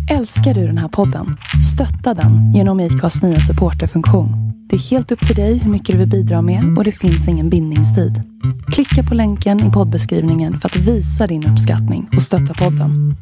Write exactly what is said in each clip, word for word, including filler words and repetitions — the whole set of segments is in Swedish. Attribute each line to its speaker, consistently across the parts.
Speaker 1: Älskar du den här podden? Stötta den genom I C A:s nya supporterfunktion. Det är helt upp till dig hur mycket du vill bidra med och det finns ingen bindningstid. Klicka på länken i poddbeskrivningen för att visa din uppskattning och stötta podden.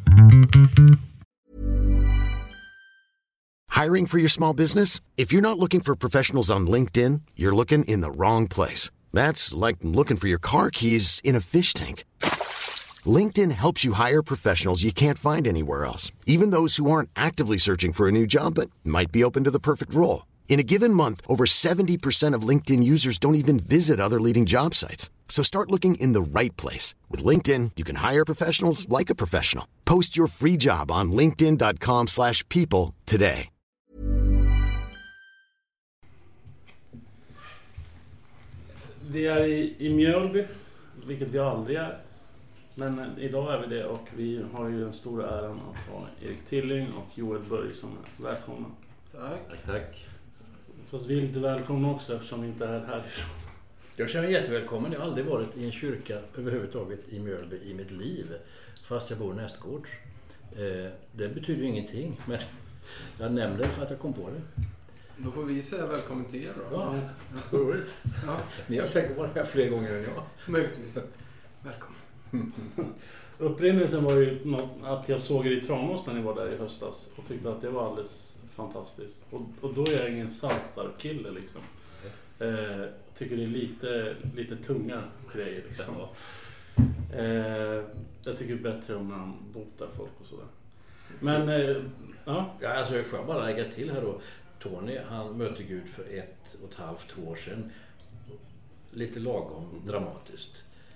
Speaker 2: Hiring for your small business? If you're not looking for professionals on LinkedIn, you're looking in the wrong place. That's like looking for your car keys in a fish tank. LinkedIn helps you hire professionals you can't find anywhere else, even those who aren't actively searching for a new job but might be open to the perfect role. In a given month, over seventy percent of LinkedIn users don't even visit other leading job sites. So start looking in the right place. With LinkedIn, you can hire professionals like a professional. Post your free job on linkedin dot com slash people today.
Speaker 3: Vi är i, i Mjölby, vilket vi aldrig är. Men idag är vi det och vi har ju den stora äran att ha Erik Tilling och Joel Börjesson. Välkomna.
Speaker 4: Tack.
Speaker 5: Tack, tack.
Speaker 3: Fast vi är lite välkomna också eftersom vi inte är härifrån.
Speaker 4: Jag känner mig jättevälkommen. Jag har aldrig varit i en kyrka överhuvudtaget i Mjölby i mitt liv. Fast jag bor nästgårds. Eh, det betyder ju ingenting. Men jag nämnde det för att jag kom på det.
Speaker 5: Då får vi säga välkommen till er då.
Speaker 4: Ja, så roligt. Ja. Ni har säkert varit här fler gånger än jag.
Speaker 5: Möjligtvis. Välkommen.
Speaker 3: Upprinnelsen var ju något, att jag såg er i Tranås när ni var där i höstas och tyckte att det var alldeles fantastiskt. Och, och då är jag ingen saltarkille liksom. Eh, tycker det är lite, lite tunga grejer liksom. Eh, jag tycker det är bättre om man botar folk och sådär. Men, eh, ja.
Speaker 4: Ja, alltså jag får bara lägga till här då. Tony, han mötte Gud för ett och ett halvt år sedan. Lite lagom dramatiskt.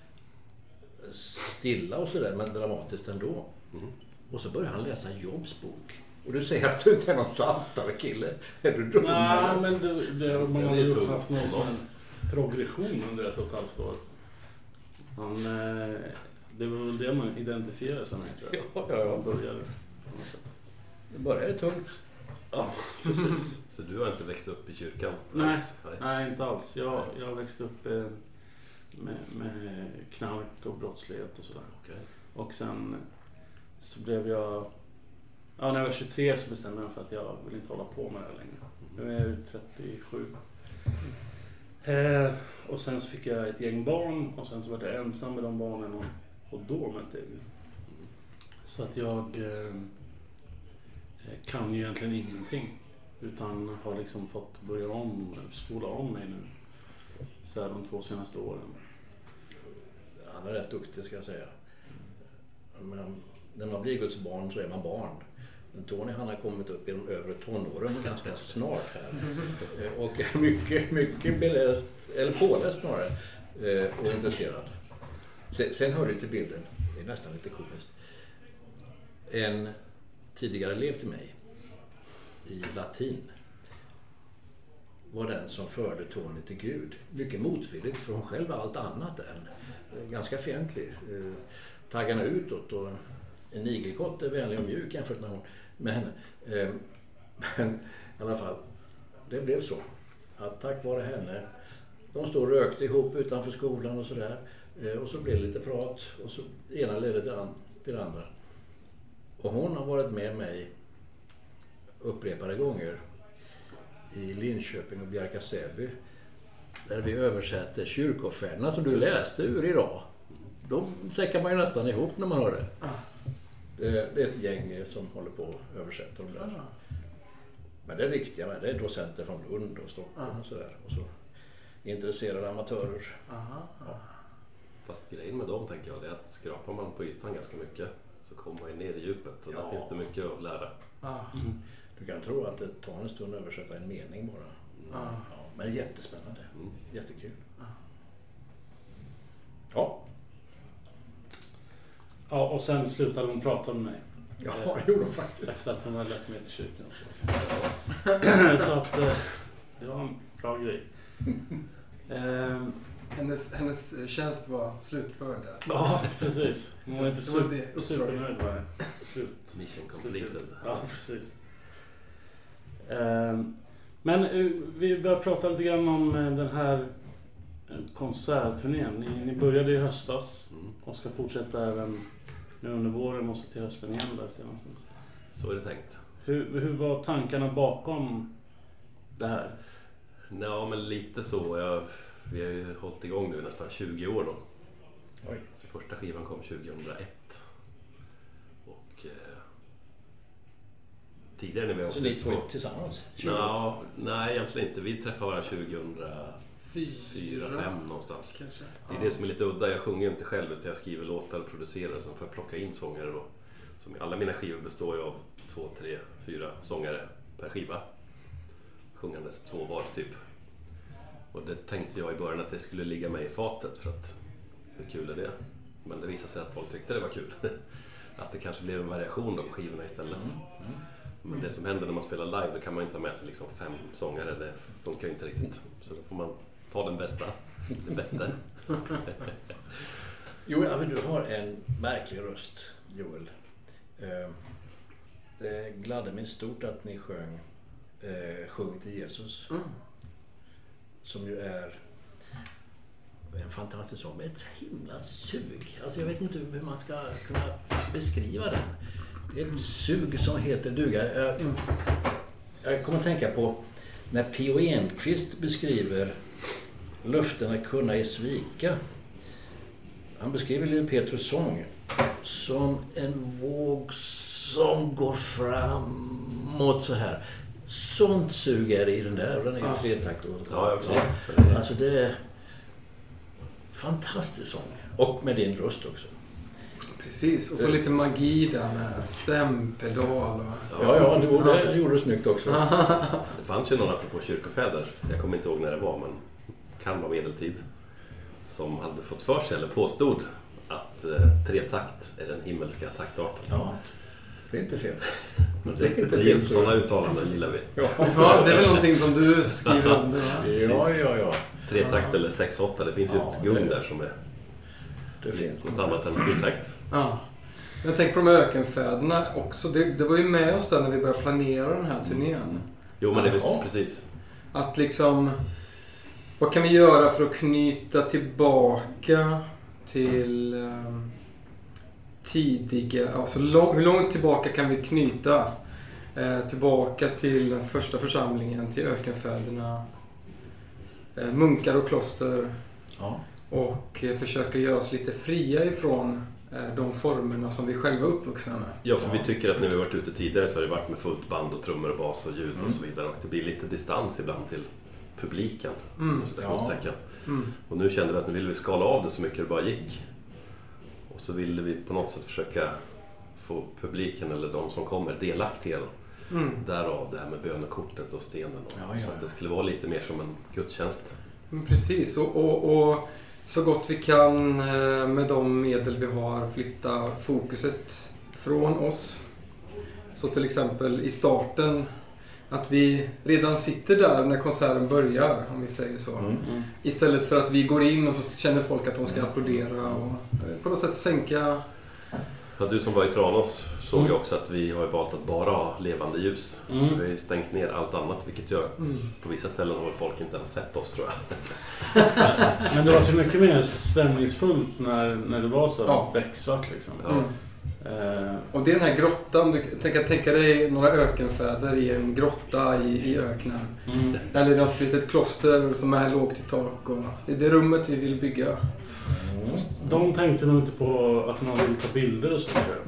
Speaker 4: Stilla och sådär, men dramatiskt ändå. Mm. Och så börjar han läsa Jobs bok. Och du säger att du inte är någon saltare kille. Är du dum?
Speaker 3: Nej, men det, det, man har ju haft någon sån progression under ett och ett halvt år. Han, det var väl det man identifierade sig med, tror jag.
Speaker 4: Ja, ja, ja.
Speaker 3: Började,
Speaker 4: det började tungt.
Speaker 3: Ja, precis.
Speaker 5: Så du har inte växt upp i kyrkan?
Speaker 3: Nej, nej. nej inte alls. Jag, jag har växt upp eh, med, med knark och brottslighet och sådär.
Speaker 5: Okay.
Speaker 3: Och sen så blev jag... Ja, när jag var tjugotre så bestämde jag för att jag vill inte hålla på med det längre. Nu är jag trettiosju. Eh, och sen så fick jag ett gäng barn och sen så var jag ensam med de barnen och, och då mötte jag Gud. Så att jag eh, kan ju egentligen ingenting. Utan har liksom fått börja om, skola om mig nu. Så här de två senaste åren.
Speaker 4: Han är rätt duktig, ska jag säga. Men när man blir Guds barn så är man barn. Men Tony, han har kommit upp i de övre tonåren ganska snart här. Och är mycket, mycket beläst, eller påläst snarare, och intresserad. Sen, sen hör det till bilden, det är nästan lite komiskt. En tidigare elev till mig i latin var den som förde Tony till Gud. Mycket motvilligt, för hon själv var allt annat än. Ganska fientlig. Taggarna utåt och en nigelkott är vänlig och mjuk jämfört med hon. Men, eh, men i alla fall, det blev så. Att tack vare henne, de stod och rökte ihop utanför skolan och sådär. Eh, och så blev det lite prat och så ena ledde till, an, till andra. Och hon har varit med mig upprepade gånger i Linköping och Bjärka-Säby. Där vi översätter kyrkofäderna som du läste ur idag. Då säckar man ju nästan ihop när man hör det. Det är ett gäng som håller på att översätta dem där. Men det är riktiga, det är docenter från Lund och Stockholm och sådär. Och så intresserade amatörer.
Speaker 5: Aha.
Speaker 4: Ja.
Speaker 5: Fast grejen med dem, tänker jag, det är att skrapar man på ytan ganska mycket så kommer man ner i djupet. Så ja. Där finns det mycket att lära.
Speaker 4: Mm. Du kan tro att det tar en stund att översätta en mening bara. Mm. Ja, men det är jättespännande. Mm. Jättekul. Ja.
Speaker 3: Ja, och sen slutade hon prata med mig.
Speaker 4: Ja, det gjorde hon faktiskt.
Speaker 3: Så att hon hade lagt mig till kyrkan. Så att det var en bra grej.
Speaker 5: Um, hennes, hennes tjänst var slutförd där.
Speaker 3: Ja, precis. Hon var inte super, supernöjd med slut.
Speaker 5: Mission completed.
Speaker 3: Ja, precis. Um, men uh, vi börjar prata lite grann om uh, den här konsertturnén. Ni, ni började i höstas mm. och ska fortsätta även nu under våren och så till hösten igen där senast.
Speaker 5: Så är det tänkt.
Speaker 3: Hur, hur var tankarna bakom det här?
Speaker 5: Ja, men lite så. Jag, vi har ju hållit igång nu nästan tjugo år då.
Speaker 4: Oj.
Speaker 5: Så första skivan kom tjugohundraett. Och eh, tidigare när vi har
Speaker 4: Så ni två tillsammans?
Speaker 5: Ja, nej, egentligen inte. Vi träffade varandra tjugohundrafyra, fem någonstans.
Speaker 6: Kanske.
Speaker 5: Det är det som är lite udda. Jag sjunger ju inte själv utan jag skriver låtar och producerar. Sen får jag plocka in sångare då. Som alla mina skivor består ju av två, tre, fyra sångare per skiva. Sjungandes två var typ. Och det tänkte jag i början att det skulle ligga mig i fatet för att hur kul är det? Men det visade sig att folk tyckte det var kul. Att det kanske blev en variation av skivorna istället. Mm. Mm. Men det som händer när man spelar live, då kan man inte ha med sig liksom fem sångare. Det funkar inte riktigt. Så då får man ta den bästa. Den bästa.
Speaker 4: Jo, ja, men du har en märklig röst, Joel. Eh, det gladde mig stort att ni sjöng eh, Sjung till Jesus. Mm. Som ju är en fantastisk sång med ett himla sug. Alltså jag vet inte hur man ska kunna beskriva den. Det är ett sug som heter duga. Jag, jag kommer att tänka på när P O Enquist beskriver löftena kunna i svika. Han beskriver Lille Petrus sång som en våg som går framåt så här. Sånt sug är det i den där. Och den är ju ja. tretakt. Och,
Speaker 5: ja, precis.
Speaker 4: Alltså det är fantastisk sång. Och med din röst också.
Speaker 6: Precis, och så lite magi där med stämpedal. Och...
Speaker 4: Ja, ja, det gjorde, det gjorde det snyggt också.
Speaker 5: Det fanns ju någon apropå kyrkofäder, jag kommer inte ihåg när det var, men kan vara medeltid, som hade fått för sig eller påstod att eh, tretakt är den himmelska taktarten.
Speaker 4: Ja, det är inte fel.
Speaker 5: Men det, det är inte fel. Sådana uttalanden gillar vi.
Speaker 6: Ja. Ja, det är väl någonting som du skriver under.
Speaker 4: Ja, ja, ja.
Speaker 5: Tretakt eller sex åtta, det finns ju ja, ett gung där som är
Speaker 4: det finns
Speaker 5: något annat än fyrtakt.
Speaker 6: Ja. Jag tänker på de ökenfäderna också. Det, det var ju med oss där när vi började planera den här turnén.
Speaker 5: Jo, men det är precis.
Speaker 6: Att liksom, vad kan vi göra för att knyta tillbaka till um, tidiga, alltså lång, hur långt tillbaka kan vi knyta eh, tillbaka till den första församlingen, till ökenfäderna, eh, munkar och kloster.
Speaker 4: Ja.
Speaker 6: Och eh, försöka göra oss lite fria ifrån eh, de formerna som vi själva är uppvuxna med.
Speaker 5: Ja, för vi tycker att när vi varit ute tidigare så har det varit med fullt band och trummor och bas och ljud mm. och så vidare. Och det blir lite distans ibland till publiken.
Speaker 6: Mm.
Speaker 5: Ja.
Speaker 6: Mm.
Speaker 5: Och nu kände vi att nu ville vi skala av det så mycket det bara gick. Och så ville vi på något sätt försöka få publiken eller de som kommer delaktiga.
Speaker 6: Mm.
Speaker 5: Därav det här med bönekortet och stenen. Och,
Speaker 4: ja, ja, ja.
Speaker 5: Så att det skulle vara lite mer som en gudstjänst.
Speaker 6: Mm, precis, och, och, och så gott vi kan med de medel vi har flytta fokuset från oss. Så till exempel i starten att vi redan sitter där när konserten börjar, om vi säger så. Mm, mm. Istället för att vi går in och så känner folk att de ska applådera och på något sätt sänka.
Speaker 5: Ja, du som var i Tranås såg mm. ju också att vi har valt att bara ha levande ljus. Mm. Så vi har stängt ner allt annat, vilket gör att mm. på vissa ställen har folk inte ens sett oss, tror jag.
Speaker 3: Men det var så mycket mer stämningsfullt när, när det var så ja. becksvart liksom. Ja. Mm.
Speaker 6: Uh, och det är den här grottan, du kan tänka dig några ökenfäder i en grotta i, i öknen. Mm. Eller något litet kloster som är lågt i tak. Och det är det rummet vi vill bygga.
Speaker 3: Mm. Fast de tänkte nog inte på att man vill ta bilder och så.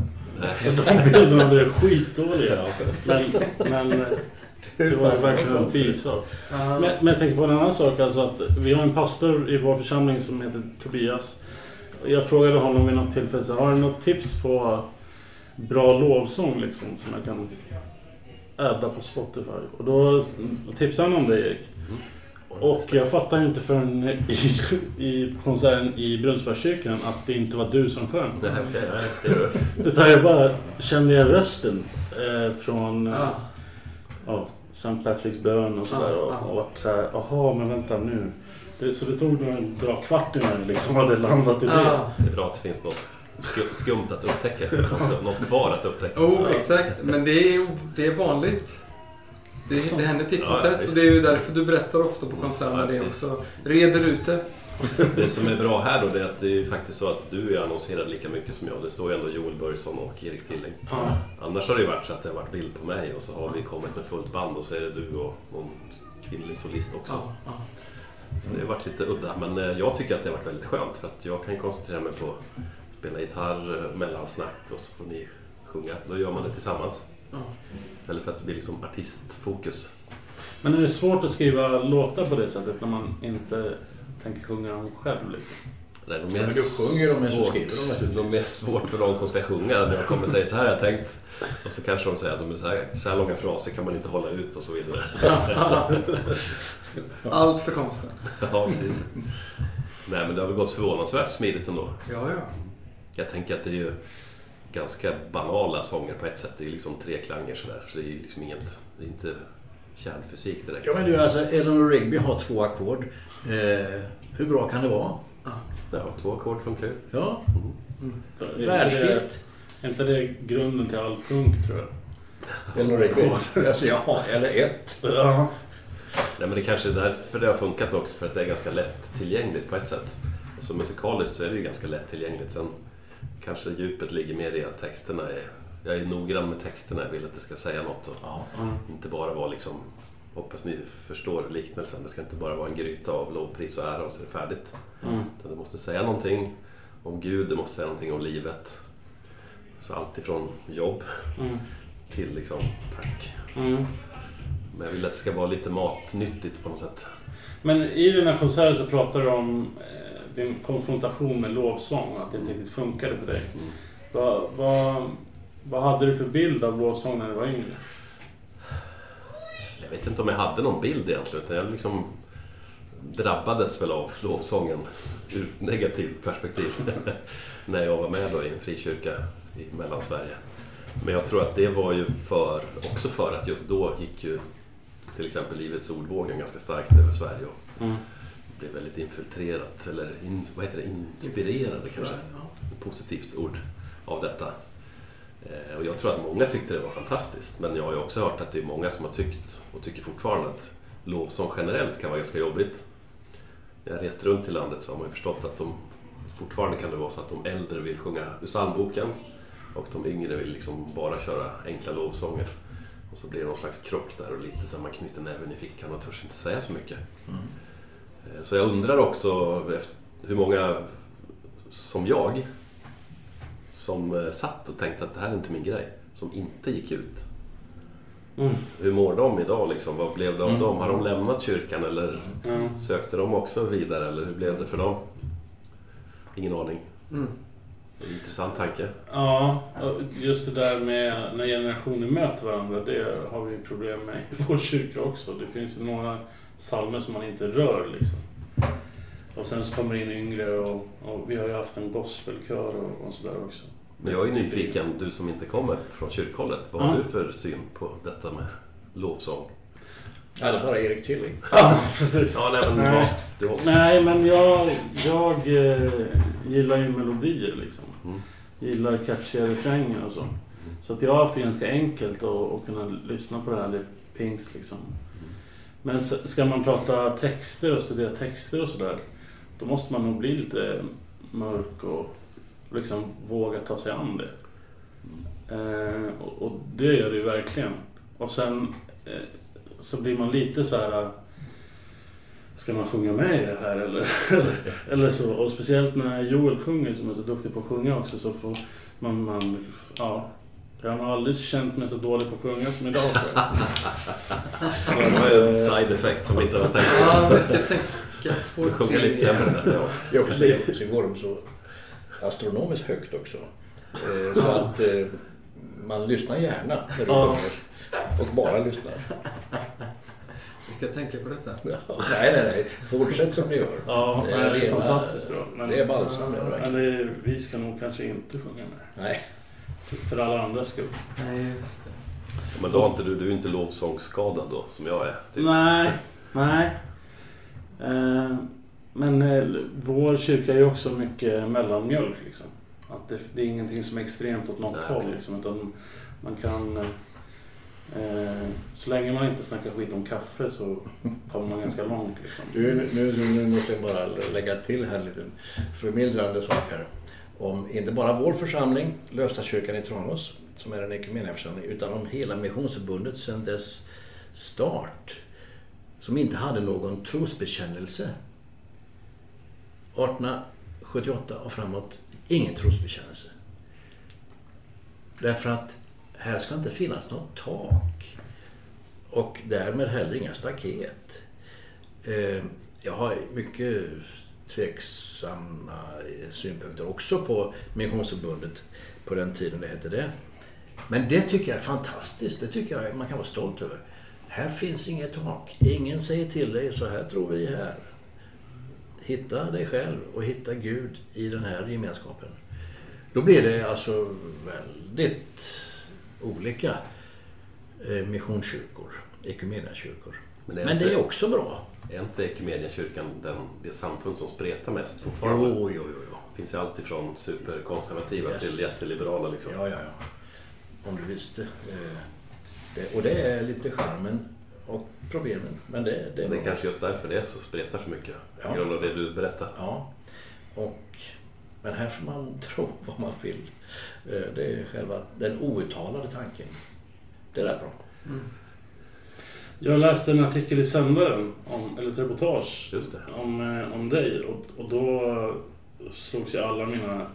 Speaker 3: De bilderna blev skitdåliga. Men, men det var verkligen en bisak. Uh. Men, men jag tänkte på en annan sak. Alltså att vi har en pastor i vår församling som heter Tobias. Jag frågade honom vid något tillfälle, så har du något tips på bra lovsång liksom, som jag kan ädla på Spotify? Och då tipsade han om det, Erik. Mm. Och jag fattar inte förrän i, i konserten i Brunnsbergskyrkan att det inte var du som sjöng.
Speaker 5: Det här, okay, ser du.
Speaker 3: Utan jag bara kände jag rösten eh, från ah. ja, Sankt Patricks bön och sådär. Ah, och, och vart såhär, aha men vänta nu. Det, så det tog nog en bra kvart innan jag liksom hade landat i det.
Speaker 5: Ah. Det är bra att det finns något skumt att upptäcka. Något kvar att upptäcka.
Speaker 6: Oh, exakt. Men det är, det är vanligt. Det, det händer titt och
Speaker 5: Ja,
Speaker 6: tätt
Speaker 5: visst.
Speaker 6: och det är ju därför du berättar ofta på konserterna
Speaker 5: Ja,
Speaker 6: det
Speaker 5: precis.
Speaker 6: också. Reder ut det.
Speaker 5: Det som är bra här då, det är att det är ju faktiskt så att du är annonserad lika mycket som jag. Det står ju ändå Joel Börjesson och Erik Tilling.
Speaker 3: Ja.
Speaker 5: Annars har det ju varit så att det har varit bild på mig och så har vi kommit med fullt band och så är det du och någon kvinnlig solist också.
Speaker 6: Ja, ja.
Speaker 5: Så det har varit lite udda, men eh, jag tycker att det har varit väldigt skönt för att jag kan koncentrera mig på att spela gitarr, eh, mellansnack och så får ni sjunga. Då gör man det tillsammans.
Speaker 6: Ja.
Speaker 5: Istället för att det blir liksom artistfokus.
Speaker 3: Men är det svårt att skriva låtar på det sättet när man inte tänker sjunga dem själv liksom?
Speaker 5: Nej, de
Speaker 4: Men
Speaker 5: är
Speaker 4: du sjunger dem, men så
Speaker 5: svårt.
Speaker 4: skriver de naturligtvis.
Speaker 5: De är svårt för de som ska sjunga. Jag kommer säga så här har jag tänkt. Och så kanske de säger att de är så, här, så här långa fraser kan man inte hålla ut och så vidare.
Speaker 6: Allt för konsten.
Speaker 5: Ja, precis. Nej, men det har väl gått förvånansvärt smidigt ändå.
Speaker 6: Ja, ja.
Speaker 5: Jag tänker att det är ju ganska banala sånger på ett sätt. Det är liksom tre klanger sådär. Så det är ju liksom inget, det är inte kärnfysik direkt.
Speaker 4: Ja, men du, alltså Eleanor Rigby har två ackord. Eh, hur bra kan det vara?
Speaker 5: Ja, två ackord funkar ju.
Speaker 4: Ja,
Speaker 3: Så är inte det-
Speaker 4: världsvitt.
Speaker 3: Är inte det grunden till all punk, tror jag?
Speaker 4: Eleanor Rigby. Alltså, ja, eller ett.
Speaker 3: Ja.
Speaker 5: Nej, men det kanske är därför det har funkat också. För att det är ganska lätt tillgängligt på ett sätt. Så musikaliskt så är det ju ganska lätt tillgängligt. Sen kanske djupet ligger mer i att texterna är... Jag är noggrann med texterna. Jag vill att det ska säga något. Och
Speaker 4: Ja.
Speaker 5: inte bara vara liksom... Hoppas ni förstår liknelsen. Det ska inte bara vara en gryta av lovpris och ära och så är det färdigt.
Speaker 3: Mm.
Speaker 5: Utan det måste säga någonting om Gud. Det måste säga någonting om livet. Så allt ifrån jobb
Speaker 3: Mm.
Speaker 5: till liksom tack.
Speaker 3: Mm.
Speaker 5: Men jag vill att det ska vara lite matnyttigt på något sätt.
Speaker 3: Men i den här konserten så pratar du om eh, din konfrontation med lovsång och att det inte riktigt funkade för dig.
Speaker 5: Mm.
Speaker 3: Vad, vad, vad hade du för bild av lovsång när du var yngre?
Speaker 5: Jag vet inte om jag hade någon bild egentligen. Utan jag liksom drabbades väl av lovsången ur ett negativt perspektiv. När jag var med då i en frikyrka i Mellansverige. Men jag tror att det var ju för, också för att just då gick ju till exempel Livets ordvågen ganska starkt över Sverige och
Speaker 3: Mm.
Speaker 5: blev väldigt infiltrerat, eller in, vad heter det, inspirerade kanske, ett positivt ord av detta. Eh, och jag tror att många tyckte det var fantastiskt, men jag har ju också hört att det är många som har tyckt och tycker fortfarande att lovsång generellt kan vara ganska jobbigt. När jag rest runt i landet så har man ju förstått att de fortfarande kan det vara så att de äldre vill sjunga ur psalmboken och de yngre vill liksom bara köra enkla lovsånger. Och så blir det någon slags krock där och lite så man knyter näven i fickan och törs inte säga så mycket. Mm. Så jag undrar också efter hur många som jag som satt och tänkte att det här är inte min grej, som inte gick ut.
Speaker 3: Mm.
Speaker 5: Hur mår de idag liksom? Vad blev det av
Speaker 3: Mm.
Speaker 5: dem? Har de lämnat kyrkan eller
Speaker 3: Mm.
Speaker 5: sökte de också vidare eller hur blev det för dem? Ingen aning.
Speaker 6: Mm.
Speaker 5: Det är en intressant tanke.
Speaker 3: Ja, och just det där med när generationer möter varandra, det har vi problem med i vår kyrka också. Det finns ju några psalmer som man inte rör liksom. Och sen så kommer det in yngre och, och vi har ju haft en gospelkör och, och sådär också.
Speaker 5: Men jag är nyfiken, du som inte kommer från kyrkhållet. Vad har
Speaker 3: Ja.
Speaker 5: du för syn på detta med lovsång?
Speaker 4: Ja, det var Erik Tilling.
Speaker 3: Ja, precis.
Speaker 5: Ja, nej, men
Speaker 3: Nej.
Speaker 5: vad, du,
Speaker 3: Nej, men jag, jag eh, gillar ju melodier liksom.
Speaker 5: Mm.
Speaker 3: Gillar catchiga refränger och så. Så att jag har haft det ganska enkelt att, att kunna lyssna på det här, det pings liksom. Men s- ska man prata texter och studera texter och sådär, då måste man nog bli lite mörk och liksom våga ta sig an det. Eh, och, och det gör det ju verkligen. Och sen eh, så blir man lite så här: ska man sjunga med i det här eller, eller, eller så. Och speciellt när Joel sjunger, som är så duktig på att sjunga också, så får man, man ja, jag har aldrig känt mig så dålig på att sjunga som idag. Så
Speaker 5: det var en
Speaker 3: att, eh,
Speaker 5: side effect som inte var tänkt
Speaker 6: Ja,
Speaker 5: på.
Speaker 6: vi ska tänka på
Speaker 5: Du sjunger lite sämre nästa gång.
Speaker 4: Ja, precis. Sen går de så astronomiskt högt också. Eh, Så att eh, man lyssnar gärna när du
Speaker 3: Ja.
Speaker 4: sjunger. Och bara lyssnar.
Speaker 6: Vi ska tänka på detta.
Speaker 4: Ja, nej, nej, nej. Fortsätt som ni gör.
Speaker 3: ja,
Speaker 4: Det
Speaker 3: det
Speaker 4: är
Speaker 3: är,
Speaker 4: rena-
Speaker 3: fantastiskt bra. Men,
Speaker 4: Det är balsam. Det är det
Speaker 3: men
Speaker 4: verkligen.
Speaker 3: det, vi ska nog kanske inte sjunga med.
Speaker 4: Nej.
Speaker 3: För, för alla andra skull.
Speaker 6: Nej, just det.
Speaker 5: Men då har inte du, du är inte lovsångsskadad då, som jag är. Typ.
Speaker 3: Nej, nej. Eh, men eh, vår kyrka är ju också mycket mellanmjölk liksom. Att det, det är ingenting som är extremt åt något
Speaker 5: Nej,
Speaker 3: håll
Speaker 5: okej.
Speaker 3: liksom, utan man kan... Eh, Eh, så länge man inte snackar skit om kaffe så kommer man ganska långt liksom.
Speaker 4: Du, nu, nu måste jag bara lägga till här en liten förmildrande sak här. Om inte bara vår församling, Lövstadskyrkan i Tranås, som är en ekumeniaförsamling, utan om hela Missionsförbundet sedan dess start, som inte hade någon trosbekännelse. artonhundrasjuttioåtta och framåt, ingen trosbekännelse. Därför att här ska inte finnas något tak. Och därmed heller inga staket. Jag har mycket tveksamma synpunkter också på Missionsförbundet på den tiden det hette det. Men det tycker jag är fantastiskt. Det tycker jag man kan vara stolt över. Här finns inget tak. Ingen säger till dig, så här tror vi här. Hitta dig själv och hitta Gud i den här gemenskapen. Då blir det alltså väldigt olika eh, missionskyrkor, ekumeniakyrkor. Men, Men det är också bra.
Speaker 5: Är inte ekumeniakyrkan den, det samfund som spretar mest fortfarande?
Speaker 4: Jo, jo, jo.
Speaker 5: Det finns ju alltid från superkonservativa
Speaker 4: Yes.
Speaker 5: till jätteliberala liksom.
Speaker 4: Ja, ja, ja. Om du visste. Eh, det, och det är lite charmen och problemen. Men det, det är
Speaker 5: Men det är kanske just därför det är så spretar så mycket.
Speaker 4: Ja.
Speaker 5: På grund av det du berättar.
Speaker 4: Ja. Och, men här får man tro vad man vill. Eh, det är själva den outtalade tanken. Det är rätt bra.
Speaker 6: Mm.
Speaker 3: Jag läste en artikel i Sändaren, om, eller ett reportage
Speaker 5: Just det.
Speaker 3: om, eh, om dig. Och, och då sågs ju alla mina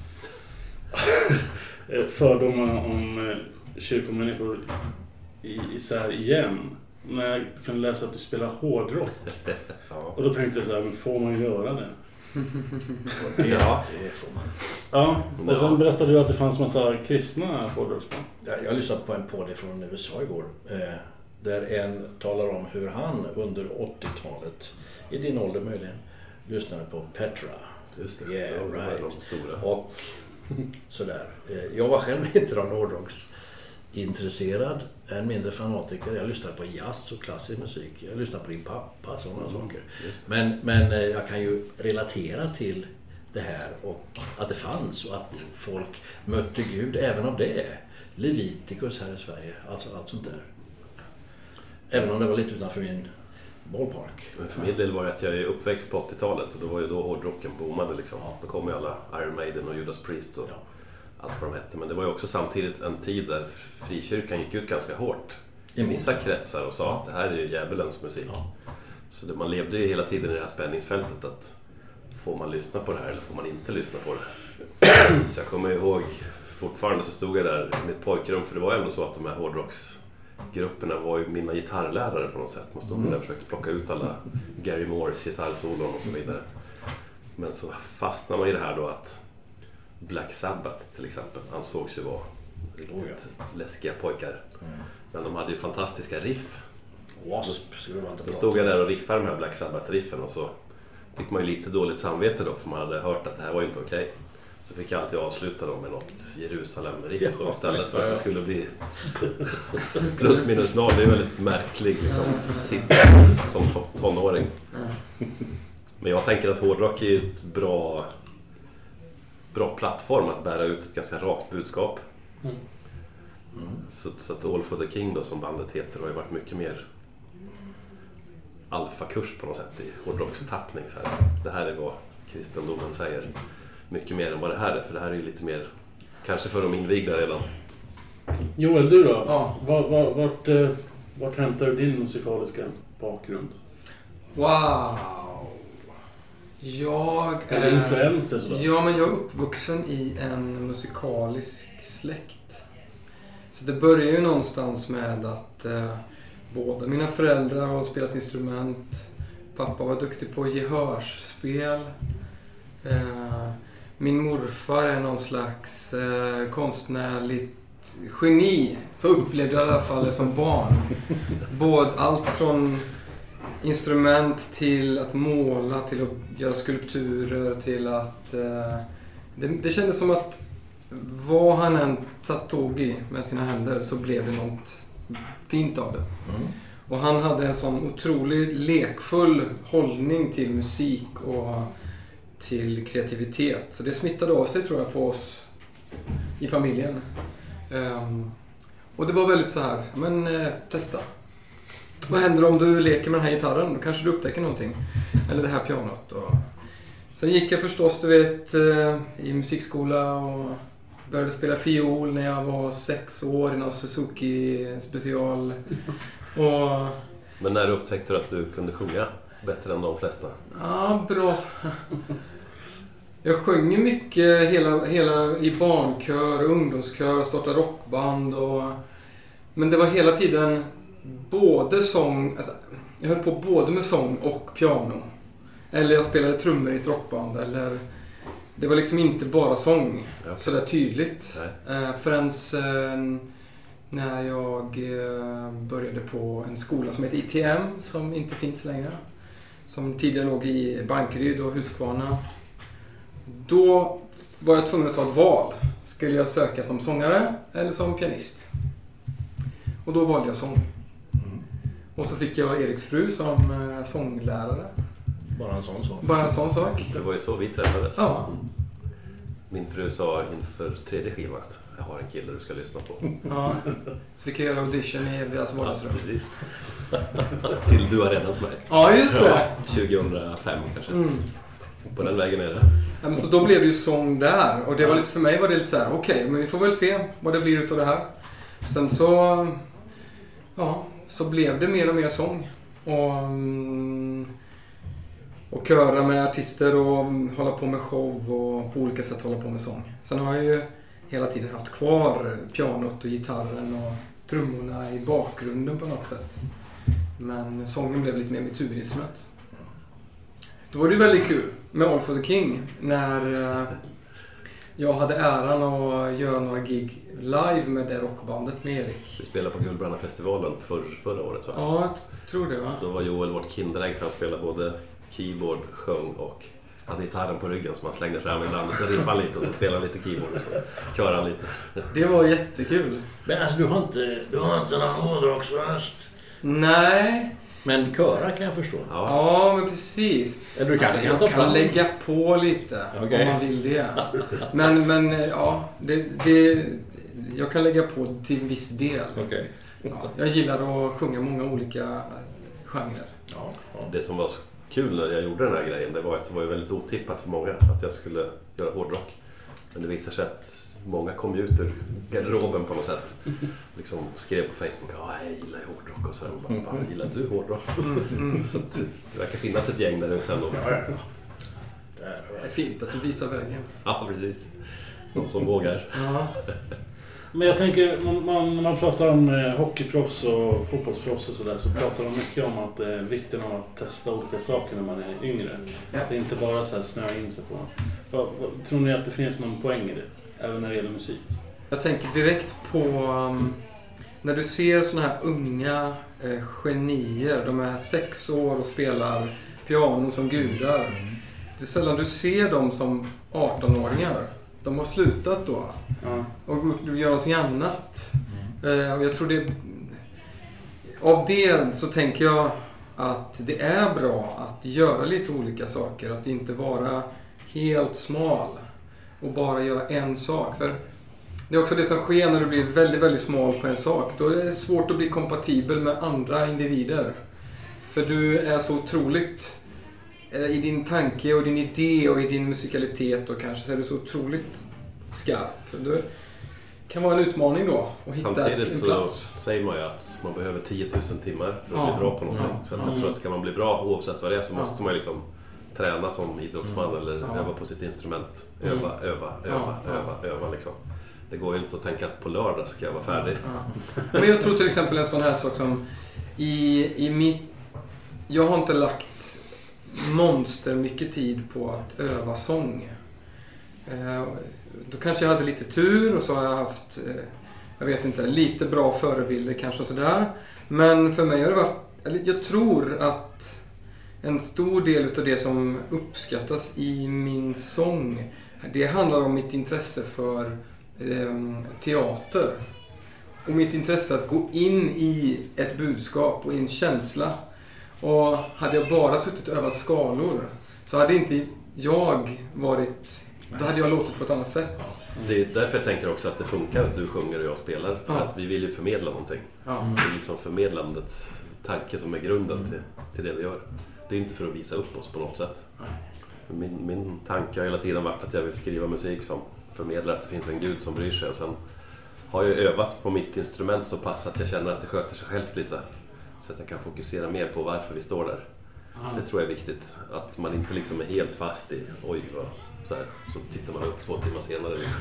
Speaker 3: fördomar om eh, kyrkomänniskor i, isär igen. När jag kunde läsa att du spelar hårdrock.
Speaker 5: Ja.
Speaker 3: Och då tänkte jag så här, men får man göra det?
Speaker 5: Ja.
Speaker 4: Det får man.
Speaker 3: Ja, och sen berättade du att det fanns massa kristna hårdrocksband.
Speaker 4: Ja, jag lyssnade på en podd från U S A igår. Eh, där en talar om hur han under åttiotalet, i din ålder möjligen, lyssnade på Petra.
Speaker 5: Just det.
Speaker 4: Yeah,
Speaker 5: Ja, det var
Speaker 4: right.
Speaker 5: de stora.
Speaker 4: Och sådär. Eh, jag var själv inte någon hårdrocks intresserad, en mindre fanatiker. Jag lyssnade på jazz och klassisk musik. Jag lyssnade på din pappa, sådana
Speaker 5: Mm,
Speaker 4: saker.
Speaker 5: just det.
Speaker 4: Men, men eh, jag kan ju relatera till det här och att det fanns och att folk mötte Gud även av det. Leviticus här i Sverige, alltså allt sånt där. Även om det var lite utanför min ballpark.
Speaker 5: Men för min del var det att jag är uppväxt på åttiotalet och då var ju då hårdrocken boomade liksom.
Speaker 4: Ja.
Speaker 5: Då kom ju alla Iron Maiden och Judas Priest och
Speaker 4: Ja.
Speaker 5: allt vad de hette. Men det var ju också samtidigt en tid där frikyrkan gick ut ganska hårt i vissa kretsar och sa
Speaker 4: Ja.
Speaker 5: att det här är ju djävulens musik.
Speaker 4: Ja.
Speaker 5: Så det, man levde ju hela tiden i det här spänningsfältet att får man lyssna på det här eller får man inte lyssna på det. Så jag kommer ihåg, fortfarande så stod jag där i mitt pojkrum, för det var ändå så att de här hårdrocksgrupperna var ju mina gitarrlärare på något sätt. Man stod mm. där och försökte plocka ut alla Gary Moores gitarrsolon och så vidare. Men så fastnar man i det här då att Black Sabbath till exempel ansågs ju vara riktigt oh ja. läskiga pojkar. Mm. Men de hade ju fantastiska riff.
Speaker 4: Wasp skulle man inte
Speaker 5: Då stod jag där och riffade de här Black Sabbath-riffen och så fick man ju lite dåligt samvete då, för man hade hört att det här var inte okej. Okay. Så fick jag alltid avsluta dem med något Jerusalem-riff ja, istället för att det skulle bli plus minus noll. Det är väldigt märklig liksom, sitt som tonåring. Men jag tänker att hårdrock är ett bra, bra plattform att bära ut ett ganska rakt budskap. Mm. Så, så att All for the King då, som bandet heter, har ju varit mycket mer alfakurs på något sätt i hårdrockstappning. Så här. Det här är vad kristendomen säger. Mycket mer än vad det här är, för det här är ju lite mer kanske för de invigda redan.
Speaker 3: Joel, du då?
Speaker 6: Ja.
Speaker 3: Var, var, vart, vart hämtar du din musikaliska bakgrund?
Speaker 6: Wow! Jag är...
Speaker 3: Eller influenser så?
Speaker 6: Ja, men jag är uppvuxen i en musikalisk släkt. Så det börjar ju någonstans med att eh, båda mina föräldrar har spelat instrument. Pappa var duktig på gehörspel. Eh, min morfar är någon slags eh, konstnärligt geni. Så upplevde jag i alla fall det som barn. Både allt från instrument till att måla, till att göra skulpturer, till att... Eh, det, det kändes som att vad han än satt tog i med sina händer så blev det något fint av det. Mm. Och han hade en sån otroligt lekfull hållning till musik och till kreativitet. Så det smittade av sig, tror jag, på oss i familjen. Um, Och det var väldigt så här, men eh, testa. Vad händer om du leker med den här gitarren? Då kanske du upptäcker någonting. Eller det här pianot. Och... Sen gick jag förstås, du vet, i musikskola och började spela fiol när jag var sex år i någon Suzuki special. Och...
Speaker 5: Men när upptäckte du att du kunde sjunga bättre än de flesta?
Speaker 6: Ja, bra. Jag sjöng mycket hela, hela i barnkör och ungdomskör, startade rockband. Och... Men det var hela tiden både sång... Alltså, jag höll på både med sång och piano. Eller jag spelade trummor i ett rockband. Eller... Det var liksom inte bara sång.
Speaker 5: Ja.
Speaker 6: Sådär tydligt.
Speaker 5: Nej.
Speaker 6: Förrän eh, när jag eh, började på en skola som heter I T M. Som inte finns längre. Som tidigare låg i Bankeryd och Huskvarna. Då var jag tvungen att ta ett val. Skulle jag söka som sångare eller som pianist? Och då valde jag sång. Mm. Och så fick jag Eriks fru som eh, sånglärare.
Speaker 4: Bara en sån sak.
Speaker 6: Bara en sån sak.
Speaker 5: Det var ju så vi träffades.
Speaker 6: Ja.
Speaker 5: Min fru sa inför tredje skivan att jag har en kille du ska lyssna på.
Speaker 6: Ja. Så fick jag göra audition i deras vardagsrum.
Speaker 5: Ja, precis. Till Du har räddat mig.
Speaker 6: Ja, just det.
Speaker 5: tjugohundrafem kanske. Mm. På den vägen är det.
Speaker 6: Ja, men så då blev det ju sång där. Och det var lite, för mig var det lite så här: okej, okay, men vi får väl se vad det blir utav det här. Sen så... Ja, så blev det mer och mer sång. Och... Och köra med artister och hålla på med show och på olika sätt hålla på med sång. Sen har jag ju hela tiden haft kvar pianot och gitarren och trummorna i bakgrunden på något sätt. Men sången blev lite mer mitt huvudinstrument. Då var det väldigt kul med All for the King när jag hade äran att göra några gig live med det rockbandet med Erik.
Speaker 5: Vi spelade på Guldbrandafestivalen för, förra året, va?
Speaker 6: Ja, jag tror det, va?
Speaker 5: Då var Joel vårt kinderägg för han spelade både keyboard, sjöng och hade gitarren på ryggen som han slängde fram ibland och så riffade han lite och så spelade han lite keyboard och så körade han lite.
Speaker 6: Det var jättekul.
Speaker 4: Men alltså du har inte, du har inte någon hårdrocksröst.
Speaker 6: Nej.
Speaker 4: Men köra kan jag förstå.
Speaker 6: Ja, ja men precis.
Speaker 4: Eller du kan,
Speaker 6: alltså, jag kan fram. lägga på lite okay. om man vill det. Men, men ja, det, det, jag kan lägga på till en viss del.
Speaker 4: Okay.
Speaker 6: Ja, jag gillar att sjunga många olika genrer.
Speaker 5: Ja, ja. Det som var kul när jag gjorde den här grejen, det var att det var väldigt otippat för många att jag skulle göra hårdrock. Men det visar sig att många kom ut ur garderoben på något sätt. Liksom skrev på Facebook, ja jag gillar hårdrock och så. Och bara, mm. gillar du hårdrock? Mm, mm. Så att det verkar finnas ett gäng där ute ändå.
Speaker 6: Ja, ja. Det är fint att du visar vägen.
Speaker 5: Ja, precis. De som vågar.
Speaker 6: Ja.
Speaker 3: Men jag tänker, man, man, när man pratar om eh, hockeyproffs och fotbollsproffs och sådär, så pratar de mycket om att eh, vikten av att testa olika saker när man är yngre. Ja. Att det inte bara så här snöa in sig på. Vad, vad, tror ni att det finns någon poäng i det? Även när det gäller musik? Jag tänker direkt på um, när du ser såna här unga eh, genier. De är sex år och spelar piano som gudar. Mm. Det är sällan du ser dem som arton-åringar. De har slutat då. Ja. Och gör någonting annat. Mm. Eh, och jag tror det... Av det så tänker jag att det är bra att göra lite olika saker. Att inte vara helt smal. Och bara göra en sak. För det är också det som sker när du blir väldigt, väldigt smal på en sak. Då är det svårt att bli kompatibel med andra individer. För du är så otroligt... I din tanke och din idé och i din musikalitet och kanske så är du så otroligt skarp. Det kan vara en utmaning då att hitta
Speaker 5: samtidigt
Speaker 6: en plats.
Speaker 5: Så säger man ju att man behöver tio tusen timmar för att
Speaker 6: ja.
Speaker 5: bli bra på någonting.
Speaker 6: Ja.
Speaker 5: Så att jag tror att ska man bli bra oavsett vad det är så måste ja. man liksom träna som idrottsman mm. eller ja. öva på sitt instrument. Öva, mm. öva, öva, ja. öva, öva liksom. Det går ju inte att tänka att på lördag ska jag vara färdig.
Speaker 6: Ja. Men jag tror till exempel en sån här sak som i, i mitt... Jag har inte lagt monster mycket tid på att öva sång. Eh, då kanske jag hade lite tur och så har jag haft, eh, jag vet inte, lite bra förebilder kanske och sådär. Men för mig har det varit, jag tror att en stor del av det som uppskattas i min sång, det handlar om mitt intresse för eh, teater. Och mitt intresse att gå in i ett budskap och i en känsla. Och hade jag bara suttit och övat skalor så hade inte jag varit Då hade jag låtit på ett annat sätt.
Speaker 5: Det är därför jag tänker också att det funkar att du sjunger och jag spelar. För
Speaker 6: Ja.
Speaker 5: att vi vill ju förmedla någonting.
Speaker 6: Ja.
Speaker 5: Det är liksom förmedlandets tanke som är grunden till, till det vi gör. Det är inte för att visa upp oss på något sätt. Min, min tanke har hela tiden varit att jag vill skriva musik som förmedlar att det finns en gud som bryr sig. Och sen har jag övat på mitt instrument så pass att jag känner att det sköter sig självt lite. Så att jag kan fokusera mer på varför vi står där.
Speaker 3: Aha.
Speaker 5: Det tror jag är viktigt. Att man inte liksom är helt fast i oj, vad, så här. Så tittar man upp två timmar senare. Liksom.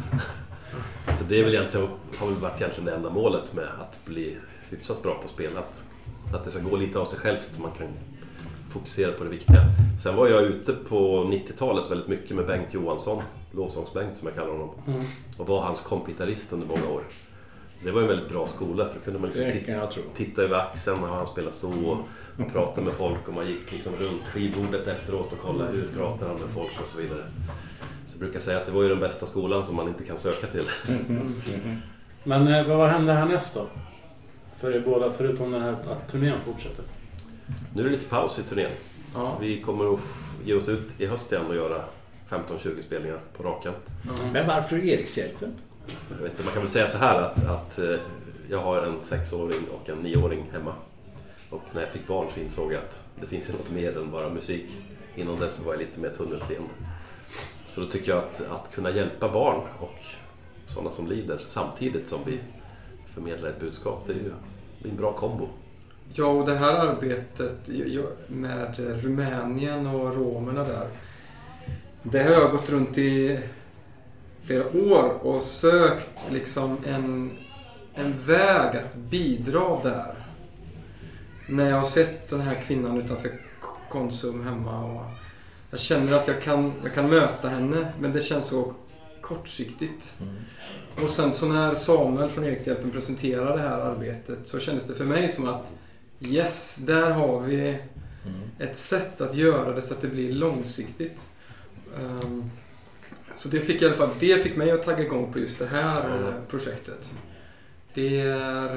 Speaker 5: Så det är väl egentligen, har väl varit egentligen det enda målet med att bli hyfsat bra på att spela. Att, att det ska gå lite av sig självt så man kan fokusera på det viktiga. Sen var jag ute på nittiotalet väldigt mycket med Bengt Johansson, lovsångsbengt som jag kallar honom. Mm. Och var hans kompitarist under många år. Det var en väldigt bra skola för då kunde man liksom titta, titta över axeln när han spelade så och prata med folk och man gick liksom runt skivbordet efteråt och kolla hur pratar han med folk och så vidare. Så jag brukar säga att det var ju den bästa skolan som man inte kan söka till.
Speaker 3: Mm. Men eh, vad händer härnäst då? För er båda, förutom den här att turnén fortsätter.
Speaker 5: Nu är det lite paus i turnén.
Speaker 6: Ja.
Speaker 5: Vi kommer att ge oss ut i höst igen och göra femton tjugo spelningar på raken.
Speaker 4: Mm. Men varför Erikshjälpen?
Speaker 5: Jag vet inte, man kan väl säga så här att, att jag har en sexåring och en nioåring hemma. Och när jag fick barn så insåg jag att det finns ju något mer än bara musik. Innan dess var jag lite mer tunnelseende. Så då tycker jag att, att kunna hjälpa barn och sådana som lider samtidigt som vi förmedlar ett budskap, det är ju det är en bra kombo.
Speaker 6: Ja, och det här arbetet med Rumänien och romerna där, det har jag gått runt i flera år och sökt liksom en, en väg att bidra där. När jag har sett den här kvinnan utanför Konsum hemma och jag känner att jag kan, jag kan möta henne, men det känns så kortsiktigt. Mm. Och sen så när Samuel från Erikshjälpen presenterade det här arbetet så kändes det för mig som att yes, där har vi mm. ett sätt att göra det så att det blir långsiktigt. Um, så det fick i alla fall, det fick mig att tagga igång på just det här mm. projektet. Det är,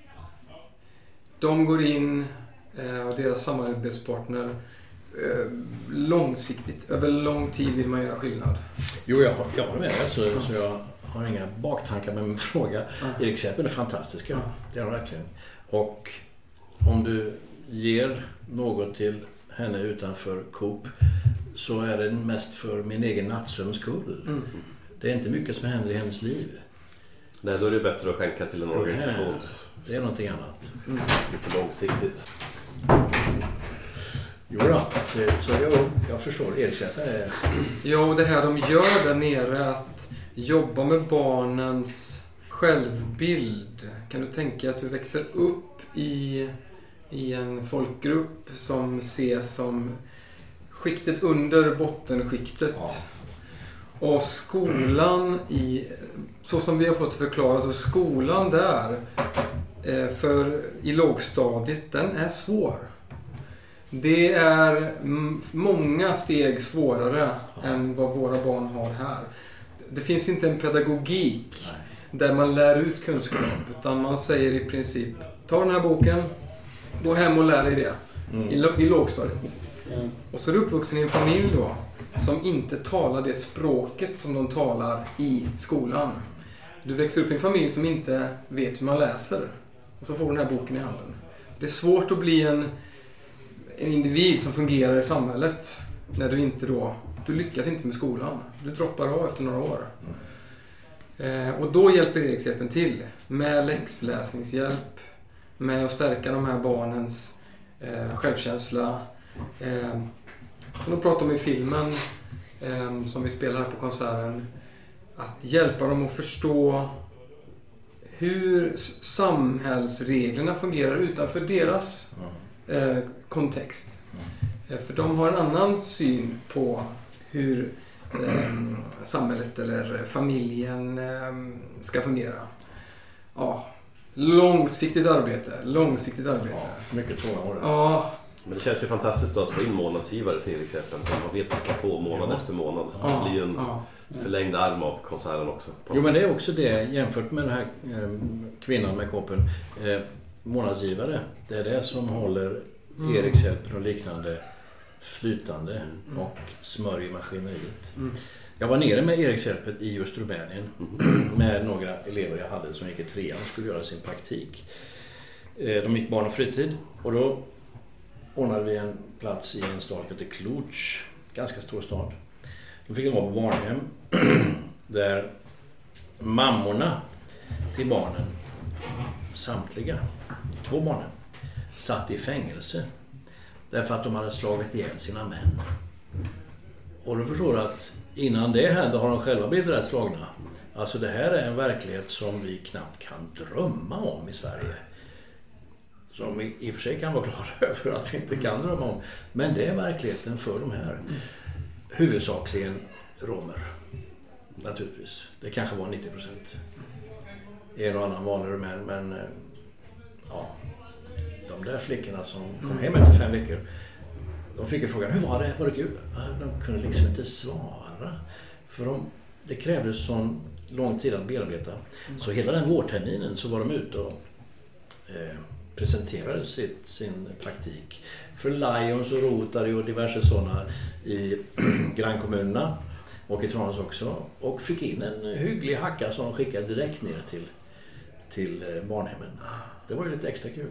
Speaker 6: de går in och deras samarbetspartner långsiktigt, över lång tid vill man göra skillnad.
Speaker 4: Jo, jag, jag håller med dig, så, så jag har inga baktankar med min fråga. Mm. Erikshjälpen är fantastiska, mm. det är de verkligen. Och om du ger något till henne utanför Coop så är det mest för min egen nattsömns skull. Mm. Det är inte mycket som händer i hennes liv.
Speaker 5: Nej, då är det bättre att skänka till en organisation.
Speaker 4: Nej, det är någonting annat.
Speaker 5: Mm. Lite långsiktigt.
Speaker 4: Jo då, det, så jag, jag förstår. Ersätta är...
Speaker 6: Ja, och det här de gör där nere, att jobba med barnens självbild. Kan du tänka att du växer upp i, i en folkgrupp som ses som skiktet under bottenskiktet. Ja. Och skolan i, så som vi har fått förklara, så skolan där för i lågstadiet, den är svår. Det är m- många steg svårare ja. än vad våra barn har här. Det finns inte en pedagogik Nej. där man lär ut kunskap, utan man säger i princip, ta den här boken, gå hem och lär dig det mm. i, i lågstadiet. Mm. Och så är du uppvuxen i en familj då som inte talar det språket som de talar i skolan. Du växer upp i en familj som inte vet hur man läser. Och så får du den här boken i handen. Det är svårt att bli en, en individ som fungerar i samhället när du inte då, du lyckas inte med skolan. Du droppar av efter några år. Mm. Eh, och då hjälper Erikshjälpen till med läxläsningshjälp, med att stärka de här barnens eh, självkänsla. Eh, som de pratar om i filmen eh, som vi spelar här på konserten, att hjälpa dem att förstå hur samhällsreglerna fungerar utanför deras eh, kontext. Eh, för de har en annan syn på hur eh, samhället eller familjen eh, ska fungera. Ja, långsiktigt arbete, långsiktigt arbete.
Speaker 4: Ja, mycket tålamod.
Speaker 6: Ja.
Speaker 5: Men det känns ju fantastiskt då att få in månadsgivare till Erikshjälpen som man vet att på månad ja. efter månad. Ja. Det blir ju en ja. förlängd arm av konserten också.
Speaker 4: Jo, men det är också det jämfört med den här eh, kvinnan med koppen. Eh, månadsgivare, det är det som håller mm. Erikshjälpen och liknande flytande mm. och smörjer maskineriet. Mm. Jag var nere med Erikshjälpen i just Rumänien med några elever jag hade som gick i trean och skulle göra sin praktik. De gick barn och fritid och då ordnade vi en plats i en stad som heter Cluj, ganska stor stad. Då fick de vara på barnhem där mammorna till barnen, samtliga, två barnen, satt i fängelse därför att de hade slagit ihjäl sina män. Och då förstår du att innan det hände har de själva blivit rätt slagna. Alltså det här är en verklighet som vi knappt kan drömma om i Sverige. Som vi i och för sig kan vara glada över att vi inte kan drömma om. Men det är verkligheten för de här huvudsakligen romer. Naturligtvis. Det kanske var nittio procent. En och annan vanlig rumän, men ja, de där flickorna som kom hem efter fem veckor, de fick ju frågan, hur var det? Var det kul? De kunde liksom inte svara. För de, det krävdes sån lång tid att bearbeta. Så hela den vårterminen så var de ute och eh, presenterade sitt, sin praktik för Lions och Rotary och diverse sådana i grannkommunerna och i Tranås också. Och fick in en hygglig hacka som de skickade direkt ner till, till barnhemmen. Det var ju lite extra kul.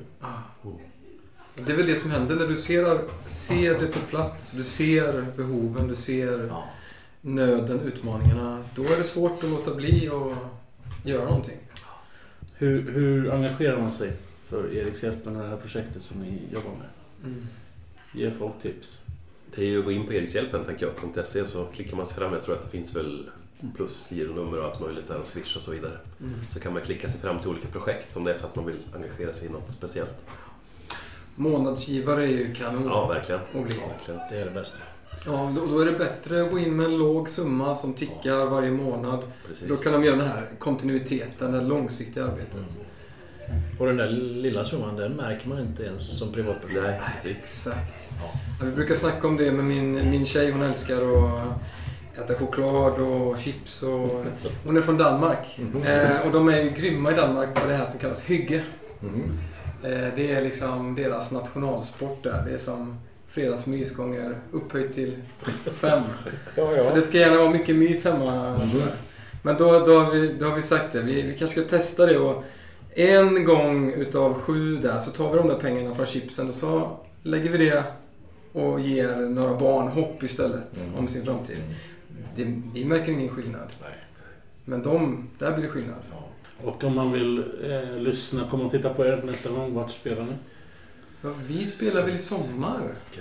Speaker 6: Det är väl det som händer när du ser, ser det på plats. Du ser behoven, du ser ja. nöden, utmaningarna. Då är det svårt att låta bli och göra någonting.
Speaker 3: Hur, hur engagerar man sig för Erikshjälpen och det här projektet som ni jobbar med? Mm. Ge folk tips.
Speaker 5: Det är ju att gå in på erikshjälpen tänker jag, .se och så klickar man sig fram. Jag tror att det finns väl plus gironummer och allt möjligt där och Swish och så vidare. Mm. Så kan man klicka sig fram till olika projekt om det är så att man vill engagera sig i något speciellt.
Speaker 6: Månadsgivare är ju kanon.
Speaker 5: Ja, verkligen.
Speaker 6: Ja,
Speaker 5: verkligen.
Speaker 4: Det är det bästa.
Speaker 6: Ja, då, då är det bättre att gå in med en låg summa som tickar ja. varje månad. Precis. Då kan de göra den här kontinuiteten, det långsiktiga arbetet. Mm.
Speaker 4: Och den där lilla summan, den märker man inte ens som privatperson.
Speaker 5: Nej, precis.
Speaker 6: Exakt. Ja. Ja, vi brukar snacka om det med min, min tjej, hon älskar att äta choklad och chips. Och, hon är från Danmark. Mm. Eh, och de är ju grymma i Danmark på det här som kallas hygge. Mm. Eh, det är liksom deras nationalsport där. Det är som fredagsmys gånger upphöjt till fem. Ja, ja. Så det ska gärna vara mycket mys hemma. Mm. Men då, då, har vi, då har vi sagt det. Vi, vi kanske ska testa det och en gång utav sju där så tar vi de där pengarna från chipsen och så lägger vi det och ger några barn hopp istället mm. om sin framtid. Det, vi märker ingen skillnad. Nej. Men de, där blir det skillnad. Ja.
Speaker 3: Och om man vill eh, lyssna, komma och titta på er nästa gång, vart spelar ni?
Speaker 6: Ja, vi spelar väl i sommar.
Speaker 5: Ja.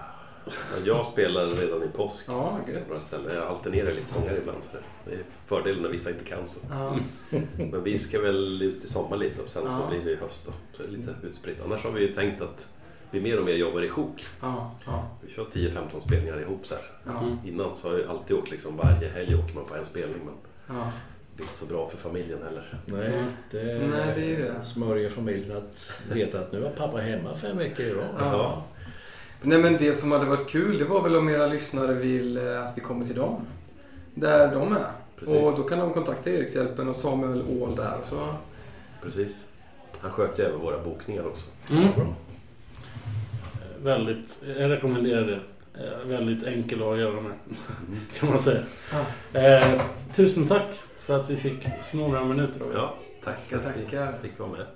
Speaker 5: Jag spelar redan i påsk.
Speaker 6: Ja, gött.
Speaker 5: Jag alternerar lite sånger ibland. Så det är fördelen när vissa inte kan. Så.
Speaker 6: Ja.
Speaker 5: Men vi ska väl ut i sommar lite och sen
Speaker 6: ja.
Speaker 5: så blir vi i höst. Då. Så det är lite utspritt. Annars har vi ju tänkt att vi mer och mer jobbar ihop.
Speaker 6: Ja. Ja.
Speaker 5: Vi kör tio femton spelningar ihop så här.
Speaker 6: Ja.
Speaker 5: Innan så har jag alltid åkt liksom varje helg åker man på en spelning. Men
Speaker 6: ja.
Speaker 5: det är inte så bra för familjen heller.
Speaker 4: Nej, det,
Speaker 6: Nej, det är det.
Speaker 4: Smörjer familjen att veta att nu var pappa hemma fem veckor i rad.
Speaker 6: Ja. Ja. Nej, men det som hade varit kul, det var väl om era lyssnare vill att vi kommer till dem. Där de är. Precis. Och då kan de kontakta Erikshjälpen och Samuel Åhl där. Så.
Speaker 5: Precis. Han sköter även våra bokningar också.
Speaker 3: Mm. Väldigt, jag rekommenderar det. Väldigt enkel att göra med, kan man säga. Ja. Eh, tusen tack för att vi fick några minuter av er.
Speaker 5: Ja, tack
Speaker 6: jag
Speaker 5: att
Speaker 6: tackar.
Speaker 5: vi fick vara med.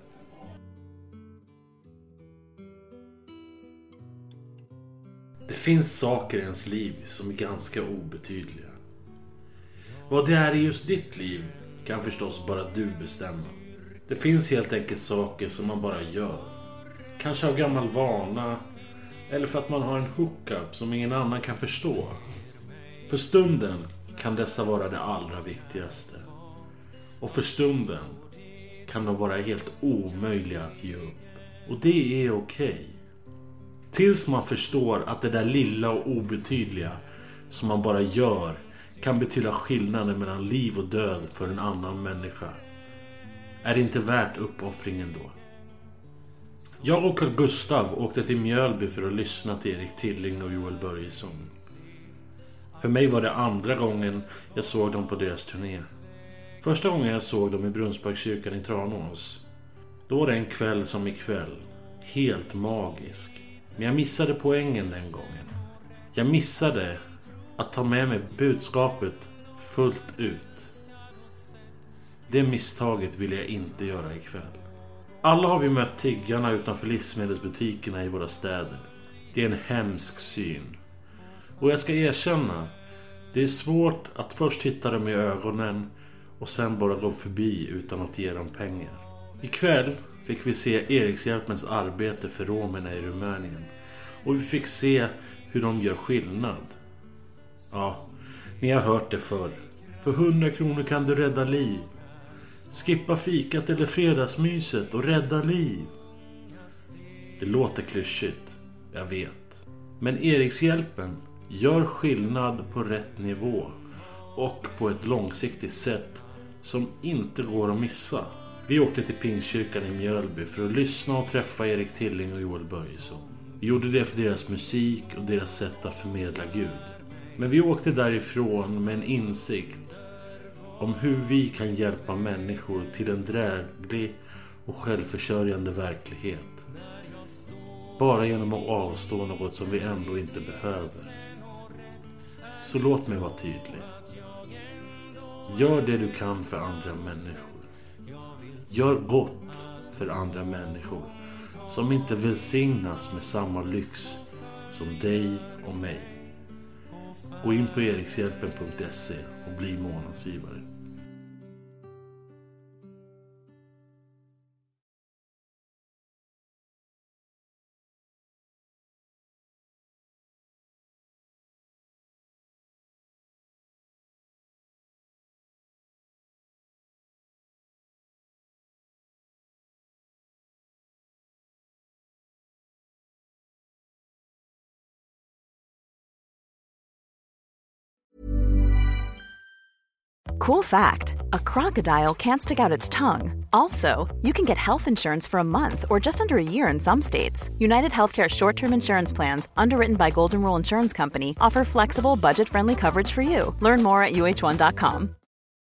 Speaker 3: Det finns saker i ens liv som är ganska obetydliga. Vad det är i just ditt liv kan förstås bara du bestämma. Det finns helt enkelt saker som man bara gör. Kanske av gammal vana, eller för att man har en hookup som ingen annan kan förstå. För stunden kan dessa vara det allra viktigaste. Och för stunden kan de vara helt omöjliga att ge upp. Och det är okej. Tills man förstår att det där lilla och obetydliga som man bara gör kan betyda skillnaden mellan liv och död för en annan människa. Är det inte värt uppoffringen då? Jag och Carl Gustav åkte till Mjölby för att lyssna till Erik Tilling och Joel Börjesson. För mig var det andra gången jag såg dem på deras turné. Första gången jag såg dem i Brunnsparkskyrkan i Tranås. Då var det en kväll som ikväll. Helt magisk. Men jag missade poängen den gången. Jag missade att ta med mig budskapet Fullt ut. Det misstaget vill jag inte göra ikväll. Alla har vi mött tiggarna utanför livsmedelsbutikerna i våra städer. Det är en hemsk syn. Och jag ska erkänna, det är svårt att först hitta dem i ögonen och sen bara gå förbi utan att ge dem pengar. Ikväll fick vi se Erikshjälpens arbete för romerna i Rumänien. Och vi fick se hur de gör skillnad. Ja, ni har hört det förr. För hundra kronor kan du rädda liv. Skippa fikat eller fredagsmyset och rädda liv. Det låter klyschigt, jag vet. Men Erikshjälpen gör skillnad på rätt nivå och på ett långsiktigt sätt som inte går att missa. Vi åkte till Pingstkyrkan i Mjölby för att lyssna och träffa Erik Tilling och Joel Börjesson. Vi gjorde det för deras musik och deras sätt att förmedla Gud. Men vi åkte därifrån med en insikt om hur vi kan hjälpa människor till en dräglig och självförsörjande verklighet. Bara genom att avstå något som vi ändå inte behöver. Så låt mig vara tydlig. Gör det du kan för andra människor. Gör gott för andra människor som inte välsignas med samma lyx som dig och mig. Gå in på erikshjälpen punkt se och bli månadsgivare.
Speaker 7: Cool fact, a crocodile can't stick out its tongue. Also, you can get health insurance for a month or just under a year in some states. United Healthcare short-term insurance plans, underwritten by Golden Rule Insurance Company, offer flexible, budget-friendly coverage for you. Learn more at U H one dot com.